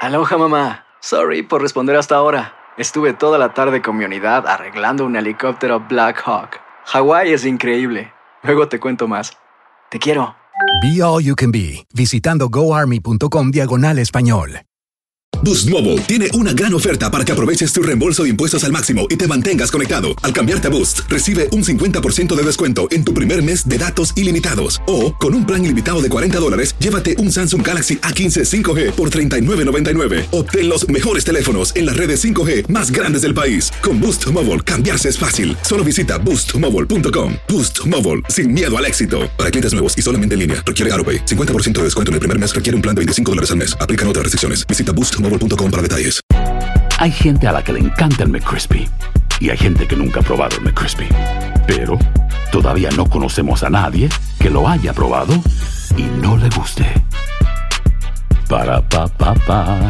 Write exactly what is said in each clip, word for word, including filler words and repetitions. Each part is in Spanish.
Aloha, mamá. Sorry por responder hasta ahora. Estuve toda la tarde con mi unidad arreglando un helicóptero Black Hawk. Hawái es increíble. Luego te cuento más. Te quiero. Be All You Can Be, visitando goarmy.com diagonal español. Boost Mobile tiene una gran oferta para que aproveches tu reembolso de impuestos al máximo y te mantengas conectado. Al cambiarte a Boost, recibe un cincuenta por ciento de descuento en tu primer mes de datos ilimitados. O, con un plan ilimitado de cuarenta dólares, llévate un Samsung Galaxy A quince cinco G por treinta y nueve noventa y nueve. Obtén los mejores teléfonos en las redes cinco G más grandes del país. Con Boost Mobile, cambiarse es fácil. Solo visita boost mobile punto com. Boost Mobile, sin miedo al éxito. Para clientes nuevos y solamente en línea, requiere AutoPay. cincuenta por ciento de descuento en el primer mes requiere un plan de veinticinco dólares al mes. Aplican otras restricciones. Visita boost mobile punto com para detalles. Hay gente a la que le encanta el McCrispy y hay gente que nunca ha probado el McCrispy. Pero todavía no conocemos a nadie que lo haya probado y no le guste. Para pa pa pa.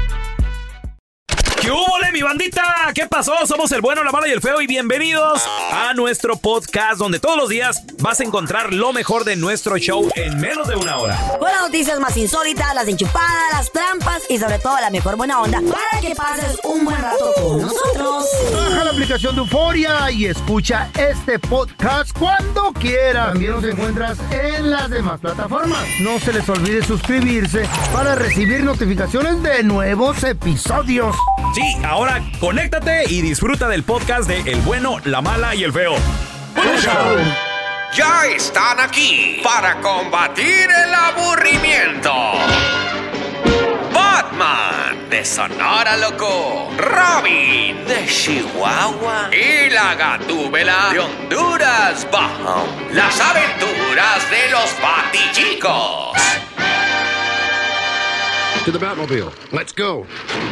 ¿Qué hubo, mi bandita? ¿Qué pasó? Somos el bueno, la mala y el feo y bienvenidos a nuestro podcast donde todos los días vas a encontrar lo mejor de nuestro show en menos de una hora. Con las noticias más insólitas, las enchufadas, las trampas y sobre todo la mejor buena onda para que pases un buen rato con nosotros. Baja la aplicación de Euforia y escucha este podcast cuando quieras. También nos encuentras en las demás plataformas. No se les olvide suscribirse para recibir notificaciones de nuevos episodios. Sí, ahora conéctate y disfruta del podcast de El Bueno, la Mala y el Feo. ¡Buen show! Ya están aquí para combatir el aburrimiento. Batman de Sonora Loco, Robin de Chihuahua y la Gatúbela de Honduras Bajo. Las aventuras de los Batichicos. To the Batmobile. Let's go.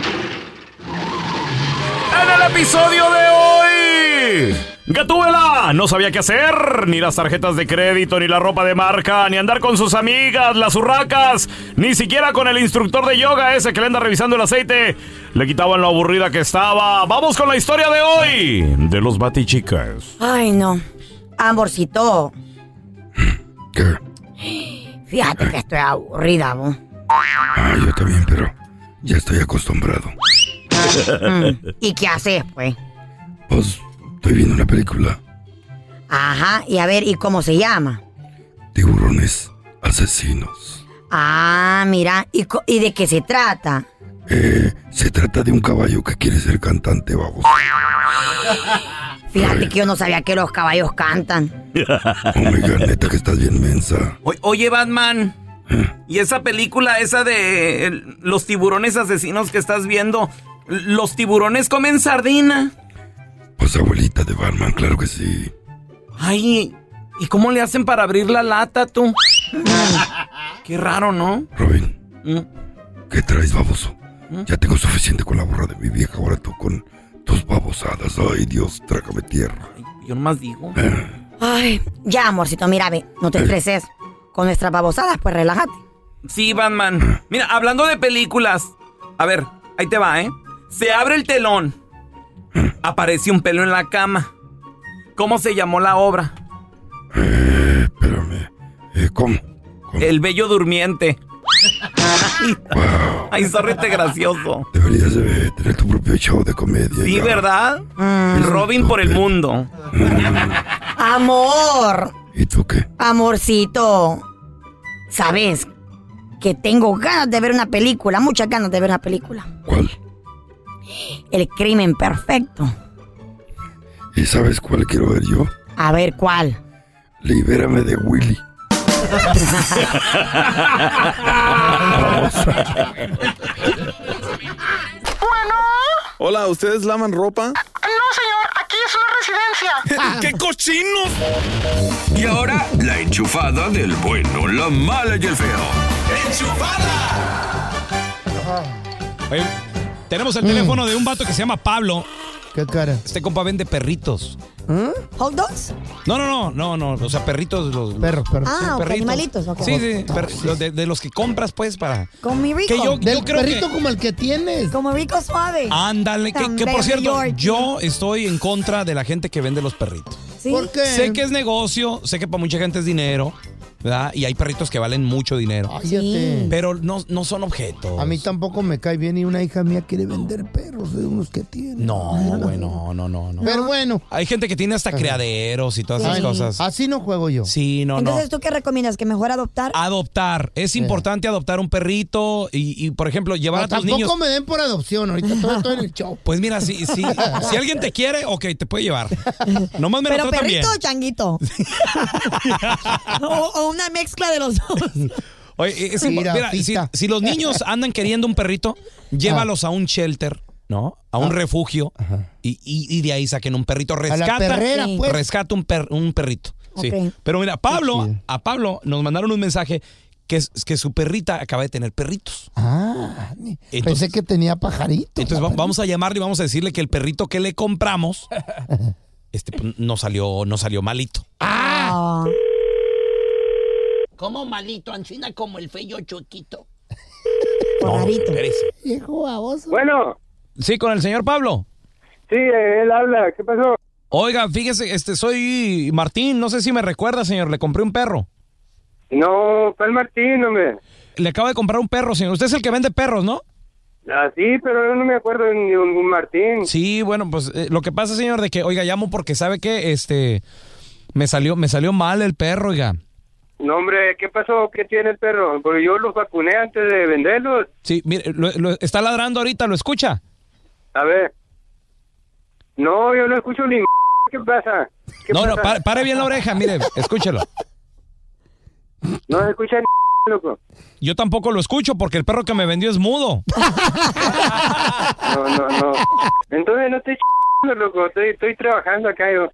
En el episodio de hoy, Gatúbela no sabía qué hacer, ni las tarjetas de crédito, ni la ropa de marca, ni andar con sus amigas, las urracas, ni siquiera con el instructor de yoga ese que le anda revisando el aceite. Le quitaban lo aburrida que estaba. Vamos con la historia de hoy, de los Batichicas. Ay, no. Amorcito. ¿Qué? Fíjate que estoy aburrida, vos. Ah, yo también, pero ya estoy acostumbrado. Mm, ¿y qué haces, pues? Pues estoy viendo una película. Ajá, y a ver, ¿y cómo se llama? Tiburones asesinos. Ah, mira, ¿y, co- ¿y de qué se trata? Eh, se trata de un caballo que quiere ser cantante, vamos. Fíjate que yo no sabía que los caballos cantan. Omega, neta que estás bien mensa. O- Oye, Batman, ¿y esa película, esa de el- los tiburones asesinos que estás viendo, los tiburones comen sardina? Pues abuelita de Batman, claro que sí. Ay, ¿y cómo le hacen para abrir la lata, tú? Qué raro, ¿no? Robin, ¿Mm? ¿qué traes, baboso? Ya tengo suficiente con la burra de mi vieja, ahora tú con tus babosadas. Ay, Dios, trágame tierra. Ay, yo nomás digo. Ay, ya, amorcito, mira, ve, no te estreses. Con nuestras babosadas, pues relájate. Sí, Batman. Mira, hablando de películas. A ver, ahí te va, ¿eh? Se abre el telón. Aparece un pelo en la cama. ¿Cómo se llamó la obra? Eh, espérame. Eh, ¿cómo? ¿Cómo? El Bello Durmiente. Ay, Wow. ay, sorrete gracioso. Deberías de tener tu propio show de comedia. Sí, ya. ¿verdad? Mm. Robin por el mundo. Amor, ¿Y tú qué? amorcito. ¿Sabes? Que tengo ganas de ver una película, muchas ganas de ver una película. ¿Cuál? El crimen perfecto. ¿Y sabes cuál quiero ver yo? A ver, ¿cuál? Libérame de Willy. Bueno. Hola, ¿ustedes lavan ropa? No, señor, aquí es una residencia. ¡Qué cochinos! Y ahora, la enchufada del bueno, la mala y el feo. Oye, tenemos el teléfono de un vato que se llama Pablo. ¿Qué cara? Este compa vende perritos. ¿Mm? ¿Hot dogs? No, no, no, no, no. O sea, perritos. Los, Perros, perros. Ah, sí, ok, perritos. animalitos. ok. Sí, sí, per- los de, de los que compras, pues, para... Con mi rico. Que yo, Del yo creo perrito que... como el que tienes. Como rico suave. Ándale, que, Tan que por bello, cierto, Yorkie. yo estoy en contra de la gente que vende los perritos. ¿Sí? ¿Por qué? Sé que es negocio, sé que para mucha gente es dinero, ¿verdad? Y hay perritos que valen mucho dinero. Cállate. Pero no, no son objetos. A mí tampoco me cae bien y una hija mía quiere vender perros de unos que tiene. No, güey, no, no, no, no. Pero bueno. Hay gente que tiene hasta criaderos y todas esas Ay, cosas. Así no juego yo. Sí, no, Entonces, no. ¿tú qué recomiendas? ¿Que mejor adoptar? Adoptar. Es importante adoptar un perrito y, y, por ejemplo, llevar No, a tus tampoco niños. me den por adopción. Ahorita todo estoy en el show. Pues mira, si, si, si alguien te quiere, ok, te puede llevar. Nomás me ¿Pero lo tratan bien. perrito o changuito? o, o una mezcla de los dos. Oye, es mira, mira, si, si los niños andan queriendo un perrito, llévalos ah. a un shelter, ¿no? A un ah. refugio y, y, y de ahí saquen un perrito. Rescata, a la perrera, sí. pues. rescata un, per, un perrito. Sí. Okay. Pero mira, Pablo, a Pablo nos mandaron un mensaje que, que su perrita acaba de tener perritos. Ah, entonces, pensé que tenía pajaritos. Entonces va, vamos a llamarle y vamos a decirle que el perrito que le compramos este, no salió, no salió malito. ¡Ah! ¿Cómo malito? Ancina como el feo chiquito. No, Viejo baboso. Bueno. Sí, con el señor Pablo. Sí, él habla. ¿Qué pasó? Oiga, fíjese, este, soy Martín. No sé si me recuerda, señor. Le compré un perro. No, ¿cuál Martín, hombre? Le acabo de comprar un perro, señor. Usted es el que vende perros, ¿no? Ah, sí, pero yo no me acuerdo de ningún Martín. Sí, bueno, pues eh, lo que pasa, señor, de que, oiga, llamo porque sabe que, este, me salió, me salió mal el perro, oiga. No, hombre, ¿qué pasó? ¿Qué tiene el perro? Porque yo los vacuné antes de venderlos. Sí, mire, lo, lo, está ladrando ahorita, ¿lo escucha? A ver. No, yo no escucho ni... ¿Qué pasa? ¿Qué no, pasa? no, pare, pare bien la oreja, mire, escúchelo. No se escucha ni... loco. Yo tampoco lo escucho porque el perro que me vendió es mudo. No, no, no. Entonces no estoy ch... loco, estoy, estoy trabajando acá yo.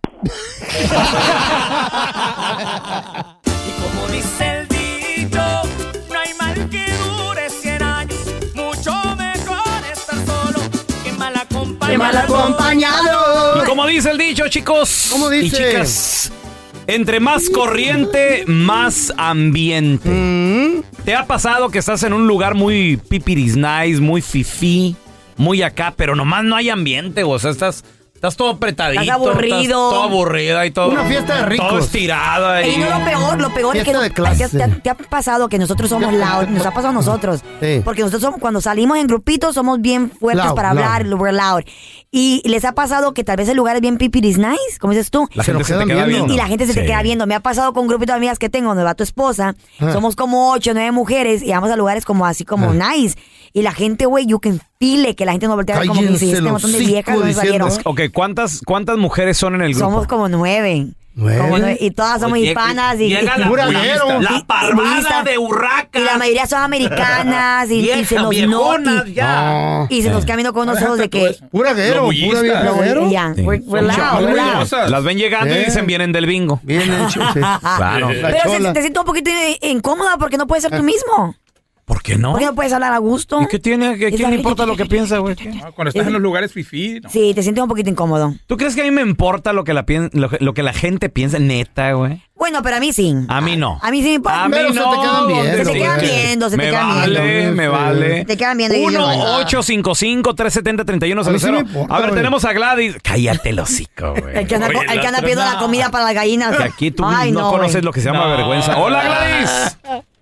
Y como dice el dicho, no hay mal que dure cien años. Mucho mejor estar solo que mal acompañado. ¡Qué mal acompañado! Y como dice el dicho, chicos ¿Cómo dice? y chicas, entre más corriente, más ambiente. ¿Mm? ¿Te ha pasado que estás en un lugar muy pipiris nice, muy fifí, muy acá, pero nomás no hay ambiente? O sea, estás... Estás todo apretadito. Estás aburrido. Estás todo aburrida y todo. Una fiesta de ricos. Todo estirado ahí. Y no, lo peor, lo peor es que no, te, te, te ha pasado que nosotros somos loud. Nos ha pasado a nosotros. Sí. Porque nosotros somos, cuando salimos en grupitos somos bien fuertes Loud, para hablar. loud. We're loud. Y les ha pasado que tal vez el lugar es bien pipiris nice, como dices tú. La gente se te queda viendo. Y la gente se Sí. te queda viendo. Me ha pasado con un grupito de amigas que tengo, donde va tu esposa. Ah. Somos como ocho, nueve mujeres y vamos a lugares como así como Ah. nice. Y la gente, güey, you can feel it, que la gente nos voltea a ver como que Cállense si este el montón de hocico viejas no diciendo- salieron. Ok, ¿cuántas, ¿cuántas mujeres son en el grupo? Somos como nueve. ¿Nueve? Como nueve, y todas somos Oye, hispanas. Y, llega la, Pura la, guero. la Y- parvada y- de urraca. Y la mayoría son americanas. y, y se Vieja, nos viejonas, nota. Y, ya. y se nos quedan viendo con unos ojos de que. Pura guero, pura vieja Lo- guero. ya, Sí. we're- we're Son loud, we're loud. orgullosas. Las ven llegando Eh. y dicen, vienen del bingo. Bien hecho, sí. Claro. La Pero se- chola. te siento un poquito incómoda porque no puedes ser tú mismo. ¿Por qué no? Porque no puedes hablar a gusto. ¿Y qué tiene? ¿A quién le importa lo que piensa, güey? Cuando estás en los lugares fifí, no. Sí, te sientes un poquito incómodo. ¿Tú crees que a mí me importa lo que la, pien- lo, que- lo que la gente piensa, neta, güey? Bueno, pero a mí sí. A mí no. A mí sí me importa. A mí Pero se no. te quedan viendo, Se te quedan güey. viendo, se te me quedan vale, viendo. me vale. Te quedan viendo y dices, uno bueno. ocho cinco cinco, tres siete cero, tres uno A mí cero sí me cero. importa, A ver, güey. tenemos a Gladys. Cállate el hocico, güey. El que anda, Oye, el que anda la- pidiendo no. la comida para las gallinas. Que aquí tú Ay, no, no, conoces güey. lo que se llama No. vergüenza. Hola, Gladys.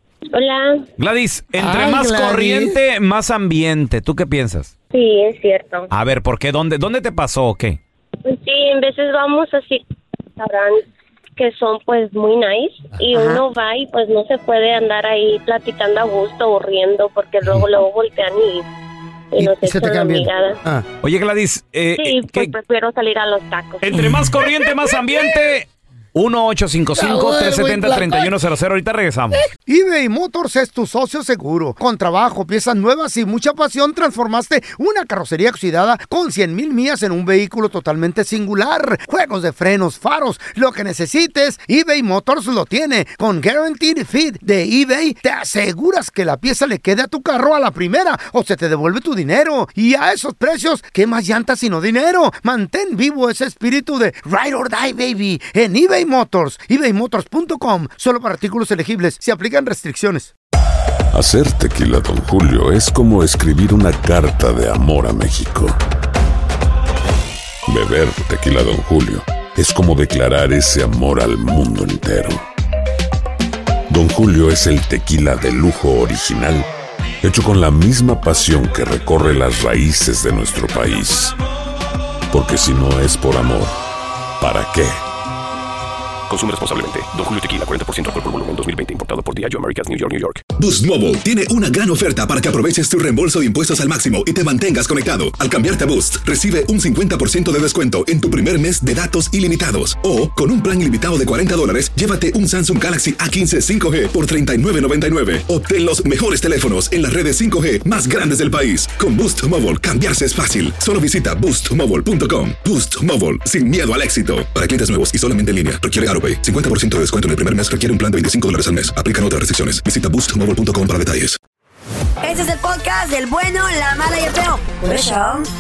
Hola. Gladys, entre Ay, más Gladys. corriente, más ambiente. ¿Tú qué piensas? Sí, es cierto. A ver, ¿por qué? ¿Dónde, dónde te pasó o qué? Pues sí, en veces vamos así, sabrán que son pues muy nice y Ajá. uno va y pues no se puede andar ahí platicando a gusto o riendo porque luego luego voltean y, y Y, nos y se te echan la quedan viendo. mirada. Ah. Oye, Gladys, eh, Sí, eh, pues ¿qué- prefiero salir a los tacos. entre más corriente, más ambiente. uno ocho cinco cinco, tres siete cero, tres uno cero cero. Ahorita regresamos. eBay Motors es tu socio seguro. Con trabajo, piezas nuevas y mucha pasión, transformaste una carrocería oxidada con cien mil millas en un vehículo totalmente singular. Juegos de frenos, faros, lo que necesites, eBay Motors lo tiene. Con Guaranteed Fit de eBay, te aseguras que la pieza le quede a tu carro a la primera o se te devuelve tu dinero. Y a esos precios, ¿qué más llantas sino dinero? Mantén vivo ese espíritu de Ride or Die, baby, en eBay Motors. eBay Motors punto com. Solo para artículos elegibles. Se aplican restricciones. Hacer tequila Don Julio es como escribir una carta de amor a México. Beber tequila Don Julio es como declarar ese amor al mundo entero. Don Julio es el tequila de lujo original, hecho con la misma pasión que recorre las raíces de nuestro país. Porque si no es por amor, ¿para qué? Consume responsablemente. Don Julio Tequila, cuarenta por ciento alcohol por volumen, dos mil veinte. Importado por Diageo Americas, New York, New York. Boost Mobile tiene una gran oferta para que aproveches tu reembolso de impuestos al máximo y te mantengas conectado. Al cambiarte a Boost, recibe un cincuenta por ciento de descuento en tu primer mes de datos ilimitados. O, con un plan ilimitado de cuarenta dólares, llévate un Samsung Galaxy A quince cinco G por treinta y nueve noventa y nueve. Obtén los mejores teléfonos en las redes cinco G más grandes del país. Con Boost Mobile, cambiarse es fácil. Solo visita boost mobile punto com. Boost Mobile, sin miedo al éxito. Para clientes nuevos y solamente en línea, requiere AutoPay. cincuenta por ciento de descuento en el primer mes, requiere un plan de veinticinco dólares al mes. Aplican otras restricciones. Visita boost mobile punto com para detalles. Este es el podcast del bueno, la mala y el feo. Por eso.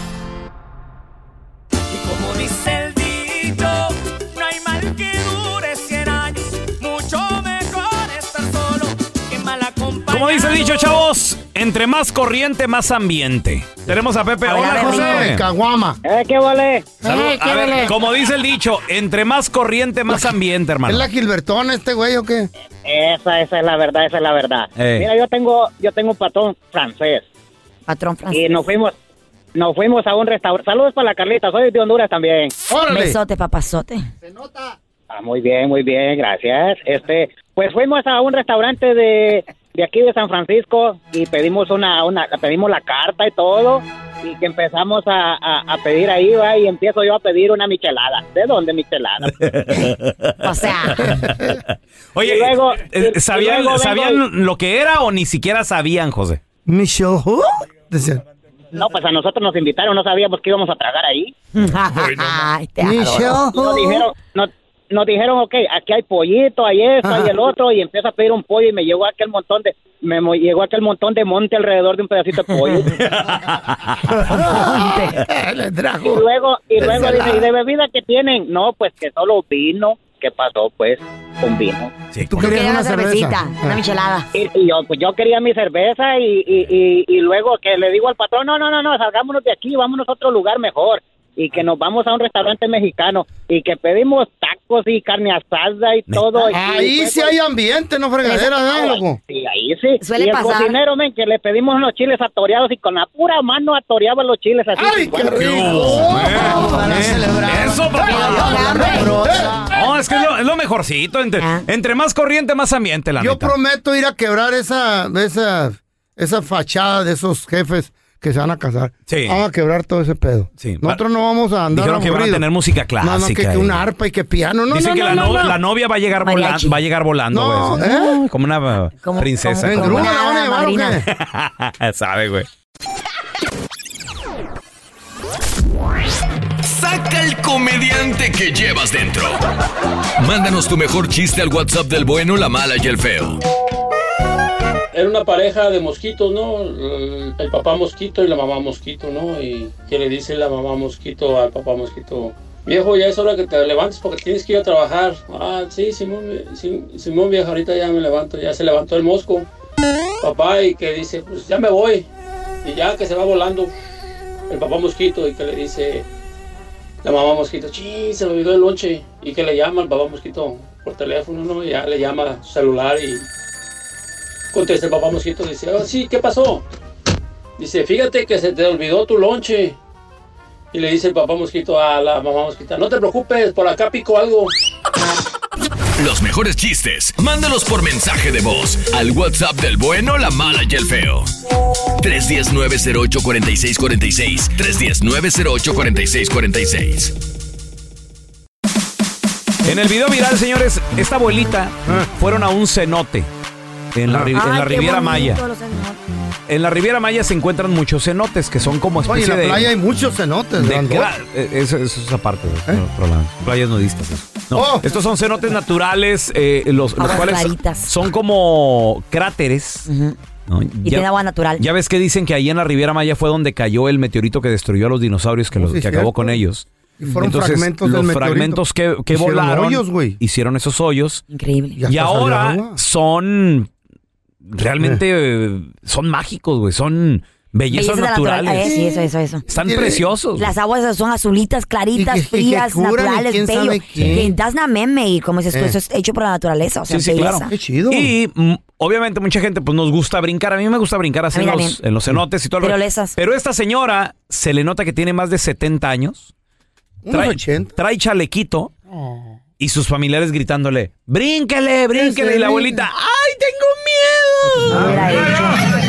Y como dice el dicho, no hay mal que dure cien años. Mucho mejor estar solo que mal acompañado. Como dice el dicho, chavos, entre más corriente, más ambiente. Tenemos a Pepe. Hola, José. Caguama. Eh, ¿qué vale? Salud. Eh, ¿qué A ver, vale? como dice el dicho, entre más corriente, más ambiente, hermano. ¿Es la Gilbertón este güey o qué? Esa, esa es la verdad, esa es la verdad. Eh. Mira, yo tengo, yo tengo un patrón francés. Patrón francés. Y nos fuimos, nos fuimos a un restaurante. Saludos para la Carlita, soy de Honduras también. Besote, papazote. Ah, muy bien, muy bien, gracias. Este, pues fuimos a un restaurante de, de aquí de San Francisco y pedimos una, una, pedimos la carta y todo. Y que empezamos a, a, a pedir ahí, va, y empiezo yo a pedir una michelada. ¿De dónde michelada? O sea. Oye, Y luego- eh, y- ¿sabían, y luego ¿sabían vengo lo que era o ni siquiera sabían, José? Michelle who? Decía. No, pues a nosotros nos invitaron, no sabíamos que íbamos a tragar ahí. Ay, te Michelle adoro. Nos dijeron, nos, nos dijeron, ok, aquí hay pollito, hay esto, hay el otro, y empiezo a pedir un pollo y me llegó aquel montón de, me mo- llegó aquel montón de monte alrededor de un pedacito de pollo. Le trajo. Y luego, y luego dice, ¿y de bebida qué tienen? No, pues que solo vino. ¿Qué pasó, pues? Un vino. Tú Yo querías quería una una cervecita, cerveza. una michelada. Y, y yo, pues yo quería mi cerveza y, y, y, y luego que le digo al patrón, no, no, no, no, salgámonos de aquí, vámonos a otro lugar mejor. Y que nos vamos a un restaurante mexicano y que pedimos tacos y carne asada y todo. y- Ahí y sí fue- hay ambiente, no fregadera, ¿eh, loco? Sí, ahí sí. Suele y el pasar. cocinero, men, que le pedimos unos chiles atoreados y con la pura mano atoreaba los chiles así. ¡Ay, qué rico! Eso, papá. No, es que es lo, es lo mejorcito. Entre, Ah. entre más corriente, más ambiente, la Yo neta. prometo ir a quebrar esa, esa, esa fachada de esos jefes que se van a casar. Sí. Vamos a quebrar todo ese pedo. Sí. Nosotros no vamos a andar Dijeron que van a aburridos. tener música clásica. No, no, que, que y- una arpa y que piano. No, Dicen no, que no, la, no, no- no. la novia va a llegar Mariachi. volando, va a llegar volando, No, güey. ¿eh? Como una uh, Como- princesa. como- ¿En como grúa la van a una llevar o madrina. qué? Sabe, güey. Saca el comediante que llevas dentro. Mándanos tu mejor chiste al WhatsApp del bueno, la mala y el feo. Era una pareja de mosquitos, ¿no? El, el papá mosquito y la mamá mosquito, ¿no? Y que le dice la mamá mosquito al papá mosquito: viejo, ya es hora que te levantes porque tienes que ir a trabajar. Ah, sí, Simón, sí, Simón viejo, ahorita ya me levanto. Ya se levantó el mosco. Papá, y que dice, pues ya me voy. Y ya que se va volando el papá mosquito y que le dice la mamá mosquito: sí, se me olvidó el lonche. Y que le llama al papá mosquito por teléfono, ¿no? Y ya le llama a su celular y contesta el papá mosquito, dice: oh, sí, ¿qué pasó? Dice: fíjate que se te olvidó tu lonche. Y le dice el papá mosquito a la mamá mosquita: no te preocupes, por acá pico algo. Los mejores chistes, mándalos por mensaje de voz al WhatsApp del bueno, la mala y el feo. tres uno cero, nueve cero ocho, cuatro seis cuatro seis. tres uno cero, nueve cero ocho, cuatro seis cuatro seis. En el video viral, señores, esta abuelita fueron a un cenote en la, ri- en la Ay, qué Riviera bonito Maya. los cenotes. En la Riviera Maya se encuentran muchos cenotes que son como Oye, en especie la de... playa hay muchos cenotes. de grandotes. gra- eh, eso, eso es aparte, güey, por otro lado. Playas nudistas. eso. No, Oh. estos son cenotes naturales, eh, los, los Aguas cuales claritas. son como cráteres. ¿no? Y Ya- tiene agua natural. Ya ves que dicen que ahí en la Riviera Maya fue donde cayó el meteorito que destruyó a los dinosaurios, que, Oh, los, sí, que acabó cierto. con ellos. Y fueron Entonces, fragmentos los del meteorito. fragmentos que, que Hicieron volaron hoyos, güey. hicieron esos hoyos. Increíble. Ya Y hasta salió ahora agua. son realmente eh, son mágicos, güey. Son Bellezas Belleza naturales. natural. Eh, sí, eso, eso, eso. Están preciosos. Las aguas son azulitas, claritas, Y que- y que frías, curan, y naturales, quién bello. sabe qué. Que das una meme y como dices tú, Eh. eso es hecho por la naturaleza. O sea, Sí, sí, belleza. claro. Qué chido. Y mm, obviamente mucha gente pues nos gusta brincar. A mí me gusta brincar así A mí en los, también. en los cenotes y todo. el rollo. Tirolesas. Pero esta señora se le nota que tiene más de setenta años. Unos Trae, ochenta. trae chalequito y sus familiares gritándole, brínquele, brínquele. Ese Y la brinca. abuelita, ¡ay, tengo miedo! Hubiera hecho.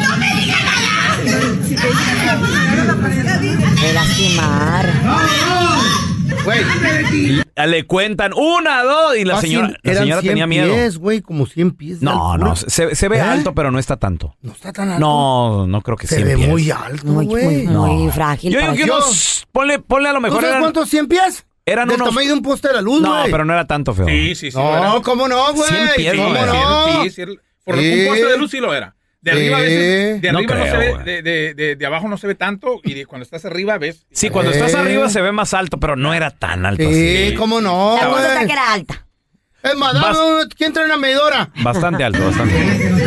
De lastimar. Güey. Le cuentan una, dos, y la Fácil, señora, la eran señora cien tenía miedo. pies, güey, como cien pies. de No, altura. no, se, se ve ¿Eh? alto, pero no está tanto. No está tan alto. No, no creo que Se cien ve pies. muy alto, Muy, güey. muy, muy frágil. Yo digo para que eso. unos, ponle, ponle a lo ¿Tú mejor sabes eran, cuántos cien pies? eran Del unos... tamaño de un poste de la luz, No, güey. pero no era tanto, feo. Sí, sí, sí. lo No, era. ¿cómo no, güey? cien pies, ¿Cómo güey. no? Sí, sí, sí. Por Sí. un poste de luz sí lo era. De arriba a veces, de No arriba no, creo, se ve, güey. de, de, de, de abajo no se ve tanto y de cuando estás arriba ves. Sí, cuando Eh. estás arriba se ve más alto, pero no era tan alto Sí, así. ¿cómo no, La cosa está güey? que era alta. Es más, dame Bas- un- ¿quién trae una medidora? Bastante alto, bastante.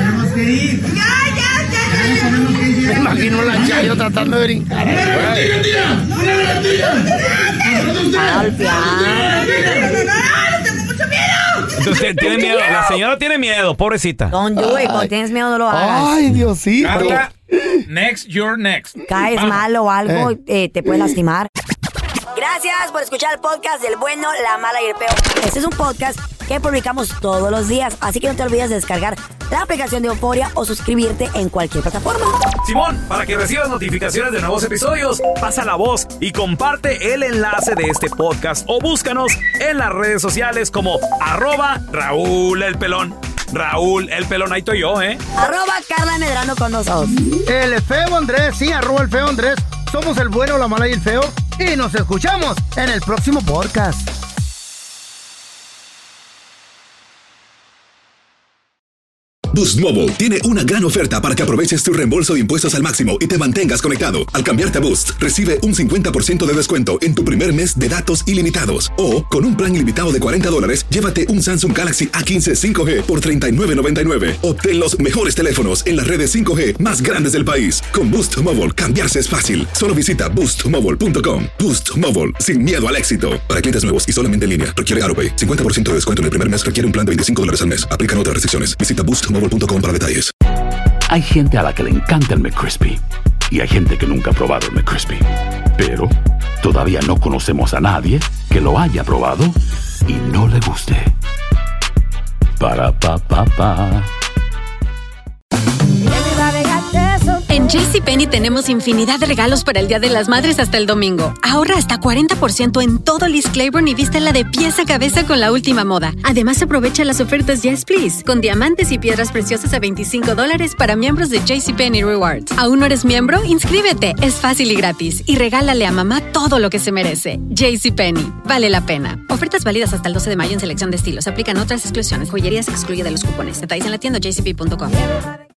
Me imagino la Chayo tratando de brincar. Entonces, tiene miedo. La señora tiene miedo, pobrecita. Don't do it. Cuando tienes miedo, no lo hagas. Ay, Diosito. Carla, next, you're next. Caes Vamos. mal o algo, eh, te puede lastimar. Gracias por escuchar el podcast del bueno, la mala y el peor. Este es un podcast que publicamos todos los días, así que no te olvides de descargar la aplicación de Euforia o suscribirte en cualquier plataforma. Simón, para que recibas notificaciones de nuevos episodios, pasa la voz y comparte el enlace de este podcast o búscanos en las redes sociales como arroba Raúl el Pelón. Raúl el Pelón, ahí estoy yo, ¿eh? Arroba Carla Medrano con nosotros. El feo Andrés, sí, arroba el feo Andrés. Somos el bueno, la mala y el feo. Y nos escuchamos en el próximo podcast. Boost Mobile tiene una gran oferta para que aproveches tu reembolso de impuestos al máximo y te mantengas conectado. Al cambiarte a Boost, recibe un cincuenta por ciento de descuento en tu primer mes de datos ilimitados. O, con un plan ilimitado de cuarenta dólares, llévate un Samsung Galaxy A quince cinco G por treinta y nueve noventa y nueve. Obtén los mejores teléfonos en las redes cinco G más grandes del país. Con Boost Mobile, cambiarse es fácil. Solo visita boost mobile punto com. Boost Mobile, sin miedo al éxito. Para clientes nuevos y solamente en línea, requiere AutoPay. cincuenta por ciento de descuento en el primer mes requiere un plan de veinticinco dólares al mes. Aplican otras restricciones. Visita boost mobile punto com para detalles. Hay gente a la que le encanta el McCrispy y hay gente que nunca ha probado el McCrispy. Pero todavía no conocemos a nadie que lo haya probado y no le guste. Para pa pa pa. En JCPenney tenemos infinidad de regalos para el Día de las Madres hasta el domingo. Ahorra hasta cuarenta por ciento en todo Liz Claiborne y vístela de pies a cabeza con la última moda. Además, aprovecha las ofertas Yes Please, con diamantes y piedras preciosas a veinticinco dólares para miembros de JCPenney Rewards. ¿Aún no eres miembro? Inscríbete. Es fácil y gratis. Y regálale a mamá todo lo que se merece. JCPenney. Vale la pena. Ofertas válidas hasta el doce de mayo en selección de estilos. Aplican otras exclusiones. Joyería se excluye de los cupones. Detalles en la tienda j c p punto com.